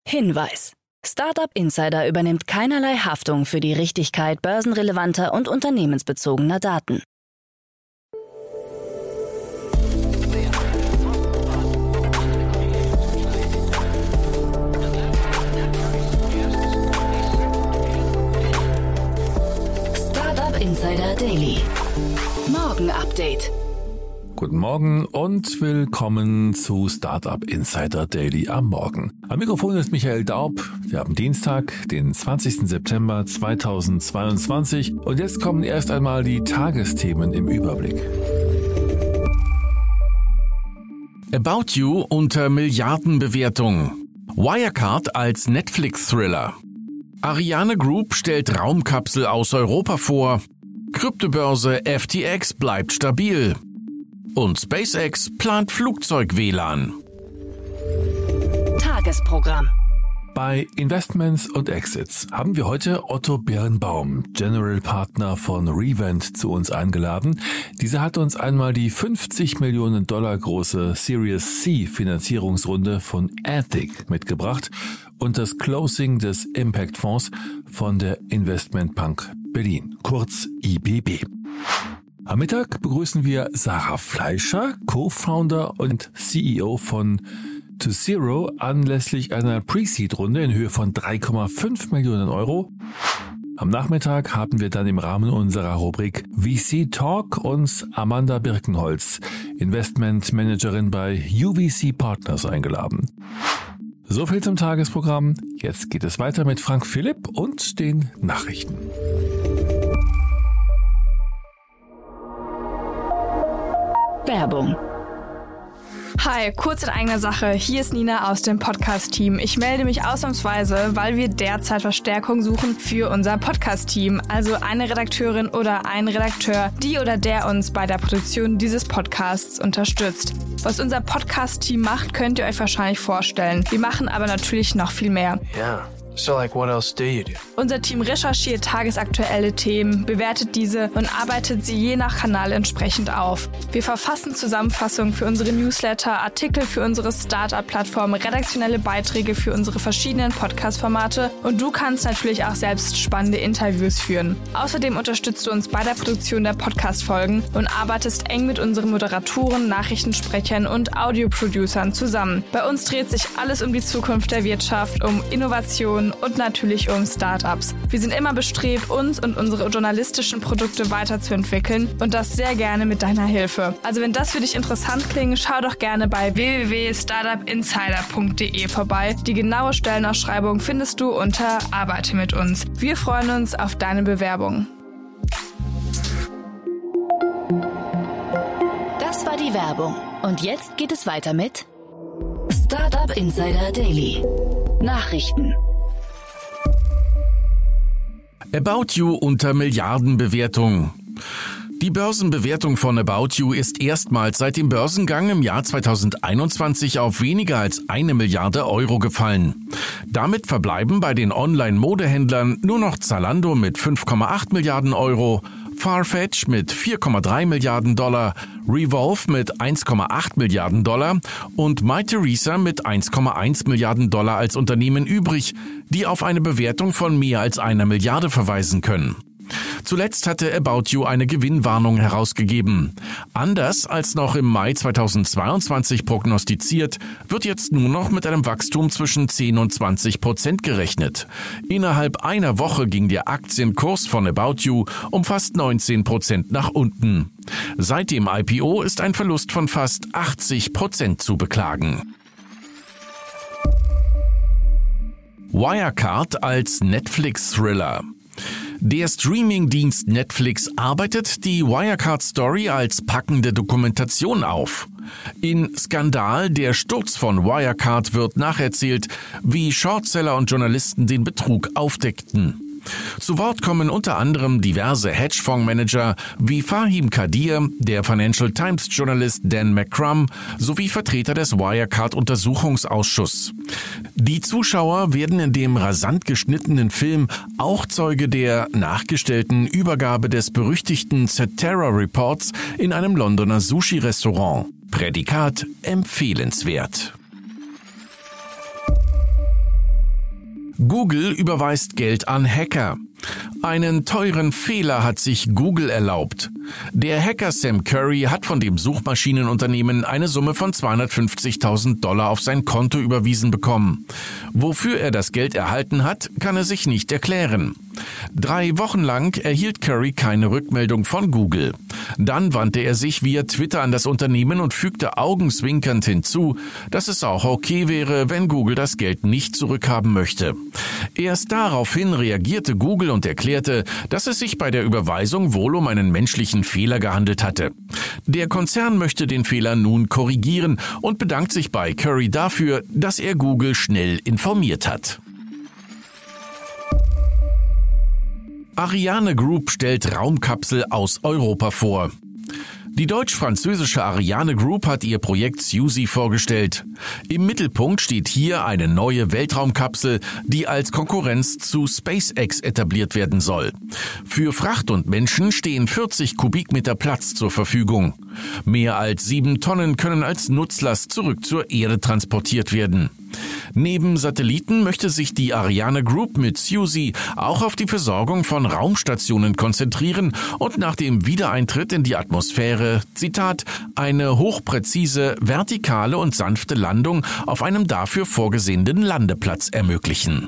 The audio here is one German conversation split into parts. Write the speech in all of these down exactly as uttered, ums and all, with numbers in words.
Hinweis: Startup Insider übernimmt keinerlei Haftung für die Richtigkeit börsenrelevanter und unternehmensbezogener Daten. Startup Insider Daily. Morgen Update. Guten Morgen und willkommen zu Startup Insider Daily am Morgen. Am Mikrofon ist Michael Daub. Wir haben Dienstag, den zwanzigsten September zweitausendzweiundzwanzig, und jetzt kommen erst einmal die Tagesthemen im Überblick. About You unter Milliardenbewertung. Wirecard als Netflix-Thriller. Ariane Group stellt Raumkapsel aus Europa vor. Kryptobörse F T X bleibt stabil. Und SpaceX plant Flugzeug-W L A N. Tagesprogramm. Bei Investments und Exits haben wir heute Otto Birnbaum, General Partner von Revent, zu uns eingeladen. Dieser hat uns einmal die fünfzig Millionen Dollar große Series C Finanzierungsrunde von Ethic mitgebracht und das Closing des Impact Fonds von der Investmentbank Berlin, kurz I B B. Am Mittag begrüßen wir Sarah Fleischer, Co-Founder und C E O von To Zero, anlässlich einer Pre-Seed-Runde in Höhe von drei Komma fünf Millionen Euro. Am Nachmittag haben wir dann im Rahmen unserer Rubrik V C Talk uns Amanda Birkenholz, Investmentmanagerin bei U V C Partners, eingeladen. So viel zum Tagesprogramm. Jetzt geht es weiter mit Frank Philipp und den Nachrichten. Werbung. Hi, kurz in eigener Sache. Hier ist Nina aus dem Podcast-Team. Ich melde mich ausnahmsweise, weil wir derzeit Verstärkung suchen für unser Podcast-Team. Also eine Redakteurin oder ein Redakteur, die oder der uns bei der Produktion dieses Podcasts unterstützt. Was unser Podcast-Team macht, könnt ihr euch wahrscheinlich vorstellen. Wir machen aber natürlich noch viel mehr. Ja. So, like, what else do you do? Unser Team recherchiert tagesaktuelle Themen, bewertet diese und arbeitet sie je nach Kanal entsprechend auf. Wir verfassen Zusammenfassungen für unsere Newsletter, Artikel für unsere Startup-Plattform, redaktionelle Beiträge für unsere verschiedenen Podcast-Formate und du kannst natürlich auch selbst spannende Interviews führen. Außerdem unterstützt du uns bei der Produktion der Podcast-Folgen und arbeitest eng mit unseren Moderatoren, Nachrichtensprechern und Audio-Producern zusammen. Bei uns dreht sich alles um die Zukunft der Wirtschaft, um Innovation und natürlich um Startups. Wir sind immer bestrebt, uns und unsere journalistischen Produkte weiterzuentwickeln und das sehr gerne mit deiner Hilfe. Also wenn das für dich interessant klingt, schau doch gerne bei w w w punkt startup insider punkt d e vorbei. Die genaue Stellenausschreibung findest du unter Arbeite mit uns. Wir freuen uns auf deine Bewerbung. Das war die Werbung. Und jetzt geht es weiter mit Startup Insider Daily. Nachrichten. About You unter Milliardenbewertung. Die Börsenbewertung von About You ist erstmals seit dem Börsengang im Jahr zweitausendeinundzwanzig auf weniger als eine Milliarde Euro gefallen. Damit verbleiben bei den Online-Modehändlern nur noch Zalando mit fünf Komma acht Milliarden Euro, Farfetch mit vier Komma drei Milliarden Dollar, Revolve mit eins Komma acht Milliarden Dollar und Mytheresa mit eins Komma eins Milliarden Dollar als Unternehmen übrig, die auf eine Bewertung von mehr als einer Milliarde verweisen können. Zuletzt hatte About You eine Gewinnwarnung herausgegeben. Anders als noch im Mai zweitausendzweiundzwanzig prognostiziert, wird jetzt nur noch mit einem Wachstum zwischen zehn und zwanzig Prozent gerechnet. Innerhalb einer Woche ging der Aktienkurs von About You um fast neunzehn Prozent nach unten. Seit dem I P O ist ein Verlust von fast achtzig Prozent zu beklagen. Wirecard als Netflix-Thriller. Der Streaming-Dienst Netflix arbeitet die Wirecard-Story als packende Dokumentation auf. In Skandal, der Sturz von Wirecard, wird nacherzählt, wie Shortseller und Journalisten den Betrug aufdeckten. Zu Wort kommen unter anderem diverse Hedgefondsmanager wie Fahim Kadir, der Financial Times-Journalist Dan McCrum sowie Vertreter des Wirecard-Untersuchungsausschusses. Die Zuschauer werden in dem rasant geschnittenen Film auch Zeuge der nachgestellten Übergabe des berüchtigten Cetera Reports in einem Londoner Sushi-Restaurant. Prädikat empfehlenswert. Google überweist Geld an Hacker. Einen teuren Fehler hat sich Google erlaubt. Der Hacker Sam Curry hat von dem Suchmaschinenunternehmen eine Summe von zweihundertfünfzigtausend Dollar auf sein Konto überwiesen bekommen. Wofür er das Geld erhalten hat, kann er sich nicht erklären. Drei Wochen lang erhielt Curry keine Rückmeldung von Google. Dann wandte er sich via Twitter an das Unternehmen und fügte augenzwinkernd hinzu, dass es auch okay wäre, wenn Google das Geld nicht zurückhaben möchte. Erst daraufhin reagierte Google und erklärte, dass es sich bei der Überweisung wohl um einen menschlichen Fehler gehandelt hatte. Der Konzern möchte den Fehler nun korrigieren und bedankt sich bei Curry dafür, dass er Google schnell informiert hat. Ariane Group stellt Raumkapsel aus Europa vor. Die deutsch-französische Ariane Group hat ihr Projekt SUSI vorgestellt. Im Mittelpunkt steht hier eine neue Weltraumkapsel, die als Konkurrenz zu SpaceX etabliert werden soll. Für Fracht und Menschen stehen vierzig Kubikmeter Platz zur Verfügung. Mehr als sieben Tonnen können als Nutzlast zurück zur Erde transportiert werden. Neben Satelliten möchte sich die Ariane Group mit SUSI auch auf die Versorgung von Raumstationen konzentrieren und nach dem Wiedereintritt in die Atmosphäre, Zitat, eine hochpräzise, vertikale und sanfte Landung auf einem dafür vorgesehenen Landeplatz ermöglichen.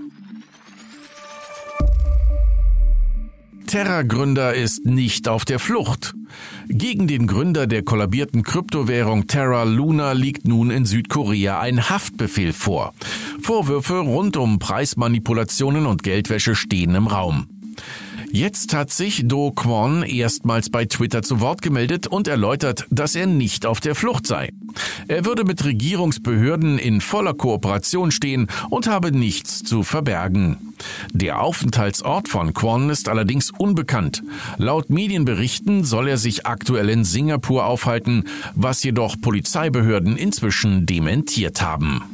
Terra-Gründer ist nicht auf der Flucht. Gegen den Gründer der kollabierten Kryptowährung Terra Luna liegt nun in Südkorea ein Haftbefehl vor. Vorwürfe rund um Preismanipulationen und Geldwäsche stehen im Raum. Jetzt hat sich Do Kwon erstmals bei Twitter zu Wort gemeldet und erläutert, dass er nicht auf der Flucht sei. Er würde mit Regierungsbehörden in voller Kooperation stehen und habe nichts zu verbergen. Der Aufenthaltsort von Kwon ist allerdings unbekannt. Laut Medienberichten soll er sich aktuell in Singapur aufhalten, was jedoch Polizeibehörden inzwischen dementiert haben.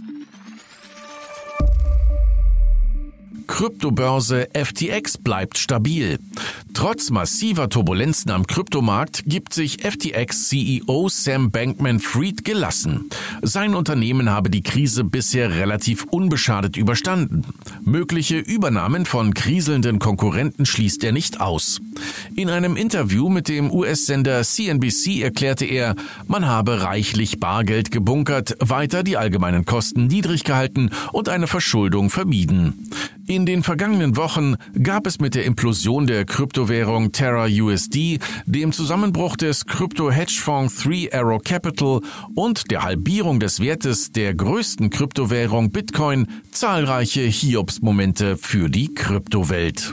Kryptobörse F T X bleibt stabil. Trotz massiver Turbulenzen am Kryptomarkt gibt sich F T X-C E O Sam Bankman-Fried gelassen. Sein Unternehmen habe die Krise bisher relativ unbeschadet überstanden. Mögliche Übernahmen von kriselnden Konkurrenten schließt er nicht aus. In einem Interview mit dem U S-Sender C N B C erklärte er, man habe reichlich Bargeld gebunkert, weiter die allgemeinen Kosten niedrig gehalten und eine Verschuldung vermieden. In den vergangenen Wochen gab es mit der Implosion der Kryptowährung Terra U S D, dem Zusammenbruch des Krypto-Hedgefonds Three Arrow Capital und der Halbierung des Wertes der größten Kryptowährung Bitcoin zahlreiche Hiobsmomente für die Kryptowelt.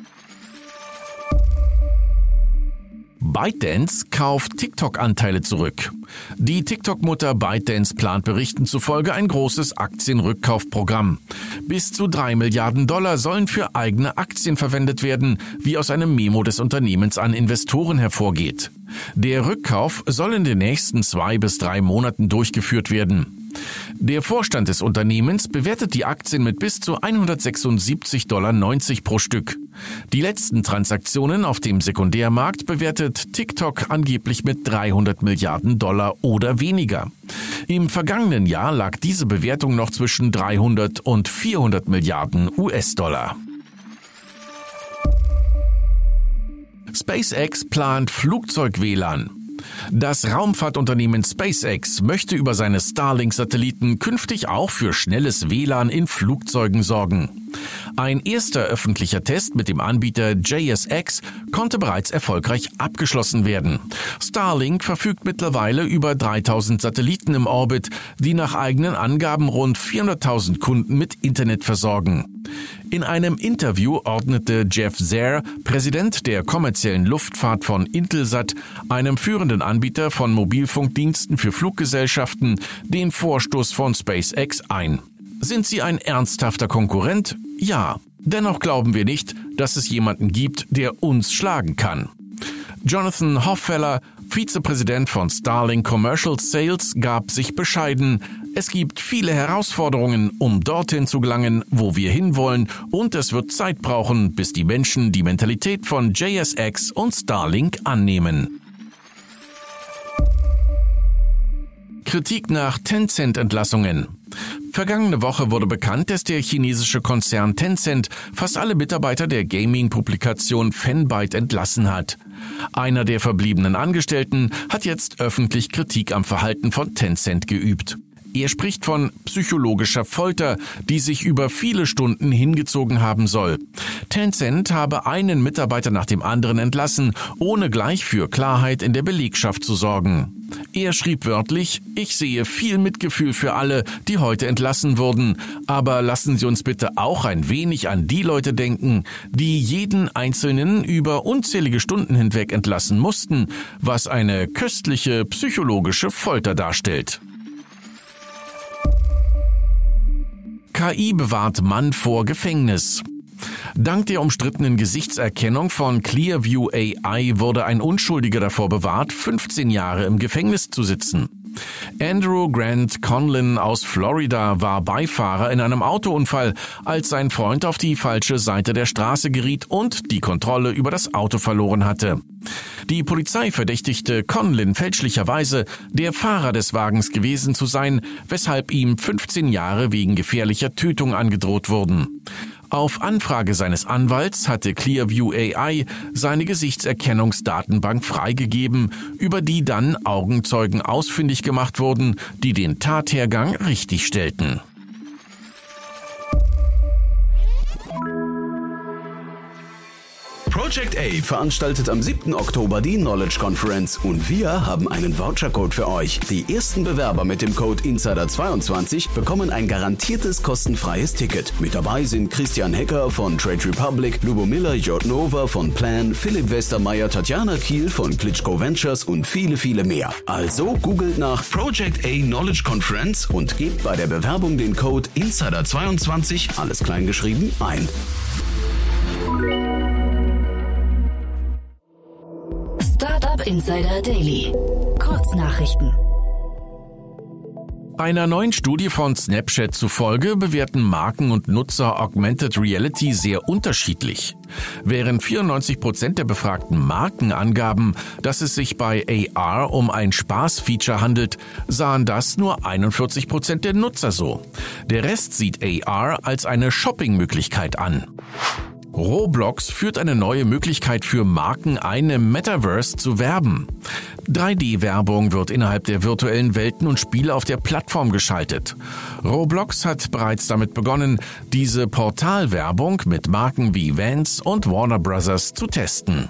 ByteDance kauft TikTok-Anteile zurück. Die TikTok-Mutter ByteDance plant Berichten zufolge ein großes Aktienrückkaufprogramm. Bis zu drei Milliarden Dollar sollen für eigene Aktien verwendet werden, wie aus einem Memo des Unternehmens an Investoren hervorgeht. Der Rückkauf soll in den nächsten zwei bis drei Monaten durchgeführt werden. Der Vorstand des Unternehmens bewertet die Aktien mit bis zu hundertsechsundsiebzig Komma neunzig Dollar pro Stück. Die letzten Transaktionen auf dem Sekundärmarkt bewertet TikTok angeblich mit dreihundert Milliarden Dollar oder weniger. Im vergangenen Jahr lag diese Bewertung noch zwischen dreihundert und vierhundert Milliarden U S-Dollar. SpaceX plant Flugzeug-W L A N. Das Raumfahrtunternehmen SpaceX möchte über seine Starlink-Satelliten künftig auch für schnelles W L A N in Flugzeugen sorgen. Ein erster öffentlicher Test mit dem Anbieter J S X konnte bereits erfolgreich abgeschlossen werden. Starlink verfügt mittlerweile über dreitausend Satelliten im Orbit, die nach eigenen Angaben rund vierhunderttausend Kunden mit Internet versorgen. In einem Interview ordnete Jeff Zair, Präsident der kommerziellen Luftfahrt von Intelsat, einem führenden Anbieter von Mobilfunkdiensten für Fluggesellschaften, den Vorstoß von SpaceX ein. Sind sie ein ernsthafter Konkurrent? Ja. Dennoch glauben wir nicht, dass es jemanden gibt, der uns schlagen kann. Jonathan Hoffeller, Vizepräsident von Starlink Commercial Sales, gab sich bescheiden: Es gibt viele Herausforderungen, um dorthin zu gelangen, wo wir hinwollen, und es wird Zeit brauchen, bis die Menschen die Mentalität von J S X und Starlink annehmen. Kritik nach Tencent-Entlassungen. Vergangene Woche wurde bekannt, dass der chinesische Konzern Tencent fast alle Mitarbeiter der Gaming-Publikation Fanbyte entlassen hat. Einer der verbliebenen Angestellten hat jetzt öffentlich Kritik am Verhalten von Tencent geübt. Er spricht von psychologischer Folter, die sich über viele Stunden hingezogen haben soll. Tencent habe einen Mitarbeiter nach dem anderen entlassen, ohne gleich für Klarheit in der Belegschaft zu sorgen. Er schrieb wörtlich: Ich sehe viel Mitgefühl für alle, die heute entlassen wurden, aber lassen Sie uns bitte auch ein wenig an die Leute denken, die jeden Einzelnen über unzählige Stunden hinweg entlassen mussten, was eine köstliche psychologische Folter darstellt. K I bewahrt Mann vor Gefängnis. Dank der umstrittenen Gesichtserkennung von Clearview A I wurde ein Unschuldiger davor bewahrt, fünfzehn Jahre im Gefängnis zu sitzen. Andrew Grant Conlin aus Florida war Beifahrer in einem Autounfall, als sein Freund auf die falsche Seite der Straße geriet und die Kontrolle über das Auto verloren hatte. Die Polizei verdächtigte Conlin fälschlicherweise, der Fahrer des Wagens gewesen zu sein, weshalb ihm fünfzehn Jahre wegen gefährlicher Tötung angedroht wurden. Auf Anfrage seines Anwalts hatte Clearview A I seine Gesichtserkennungsdatenbank freigegeben, über die dann Augenzeugen ausfindig gemacht wurden, die den Tathergang richtigstellten. Project A veranstaltet am siebten Oktober die Knowledge Conference und wir haben einen Vouchercode für euch. Die ersten Bewerber mit dem Code Insider zweiundzwanzig bekommen ein garantiertes kostenfreies Ticket. Mit dabei sind Christian Hecker von Trade Republic, Lubomila Jotnova von Plan, Philipp Westermeier, Tatjana Kiel von Klitschko Ventures und viele, viele mehr. Also googelt nach Project A Knowledge Conference und gebt bei der Bewerbung den Code Insider zweiundzwanzig, alles klein geschrieben, ein. Startup Insider Daily. Kurznachrichten. Einer neuen Studie von Snapchat zufolge bewerten Marken und Nutzer Augmented Reality sehr unterschiedlich. Während vierundneunzig Prozent der befragten Marken angaben, dass es sich bei A R um ein Spaßfeature handelt, sahen das nur einundvierzig Prozent der Nutzer so. Der Rest sieht A R als eine Shoppingmöglichkeit an. Roblox führt eine neue Möglichkeit für Marken ein, im Metaverse zu werben. drei D-Werbung wird innerhalb der virtuellen Welten und Spiele auf der Plattform geschaltet. Roblox hat bereits damit begonnen, diese Portalwerbung mit Marken wie Vans und Warner Brothers zu testen.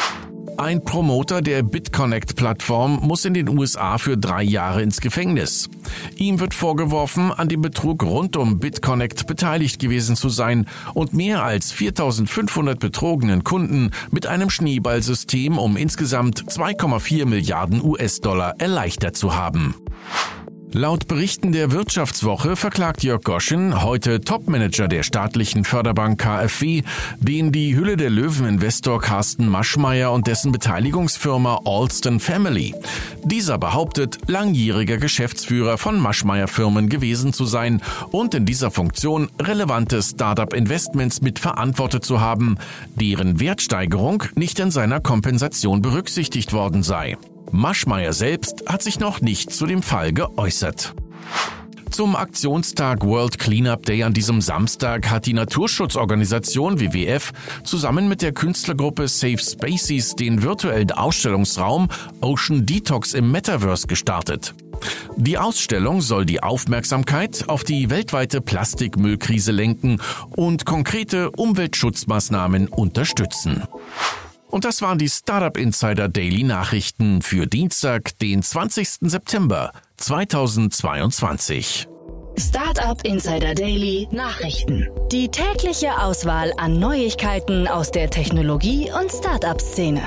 Ein Promoter der BitConnect-Plattform muss in den U S A für drei Jahre ins Gefängnis. Ihm wird vorgeworfen, an dem Betrug rund um BitConnect beteiligt gewesen zu sein und mehr als viertausendfünfhundert betrogenen Kunden mit einem Schneeballsystem um insgesamt zwei Komma vier Milliarden U S-Dollar erleichtert zu haben. Laut Berichten der Wirtschaftswoche verklagt Jörg Goschen, heute Topmanager der staatlichen Förderbank K f W, den die Hülle der Löwen-Investor Carsten Maschmeyer und dessen Beteiligungsfirma Alston Family. Dieser behauptet, langjähriger Geschäftsführer von Maschmeyer-Firmen gewesen zu sein und in dieser Funktion relevante Start-up-Investments mitverantwortet zu haben, deren Wertsteigerung nicht in seiner Kompensation berücksichtigt worden sei. Maschmeyer selbst hat sich noch nicht zu dem Fall geäußert. Zum Aktionstag World Cleanup Day an diesem Samstag hat die Naturschutzorganisation W W F zusammen mit der Künstlergruppe Safe Spaces den virtuellen Ausstellungsraum Ocean Detox im Metaverse gestartet. Die Ausstellung soll die Aufmerksamkeit auf die weltweite Plastikmüllkrise lenken und konkrete Umweltschutzmaßnahmen unterstützen. Und das waren die Startup Insider Daily Nachrichten für Dienstag, den zwanzigsten September zweitausendzweiundzwanzig. Startup Insider Daily Nachrichten. Die tägliche Auswahl an Neuigkeiten aus der Technologie- und Startup-Szene.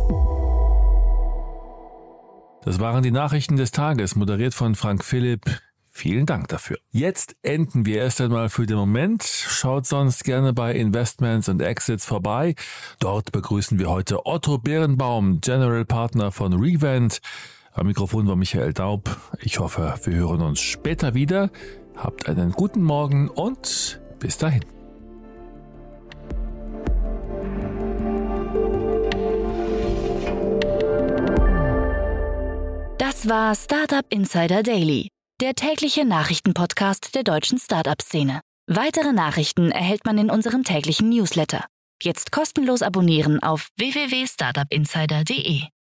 Das waren die Nachrichten des Tages, moderiert von Frank Philipp. Vielen Dank dafür. Jetzt enden wir erst einmal für den Moment. Schaut sonst gerne bei Investments und Exits vorbei. Dort begrüßen wir heute Otto Berenbaum, General Partner von Revent. Am Mikrofon war Michael Daub. Ich hoffe, wir hören uns später wieder. Habt einen guten Morgen und bis dahin. Das war Startup Insider Daily. der tägliche Nachrichtenpodcast der deutschen Start-up-Szene. Weitere Nachrichten erhält man in unserem täglichen Newsletter. Jetzt kostenlos abonnieren auf w w w punkt startup insider punkt d e.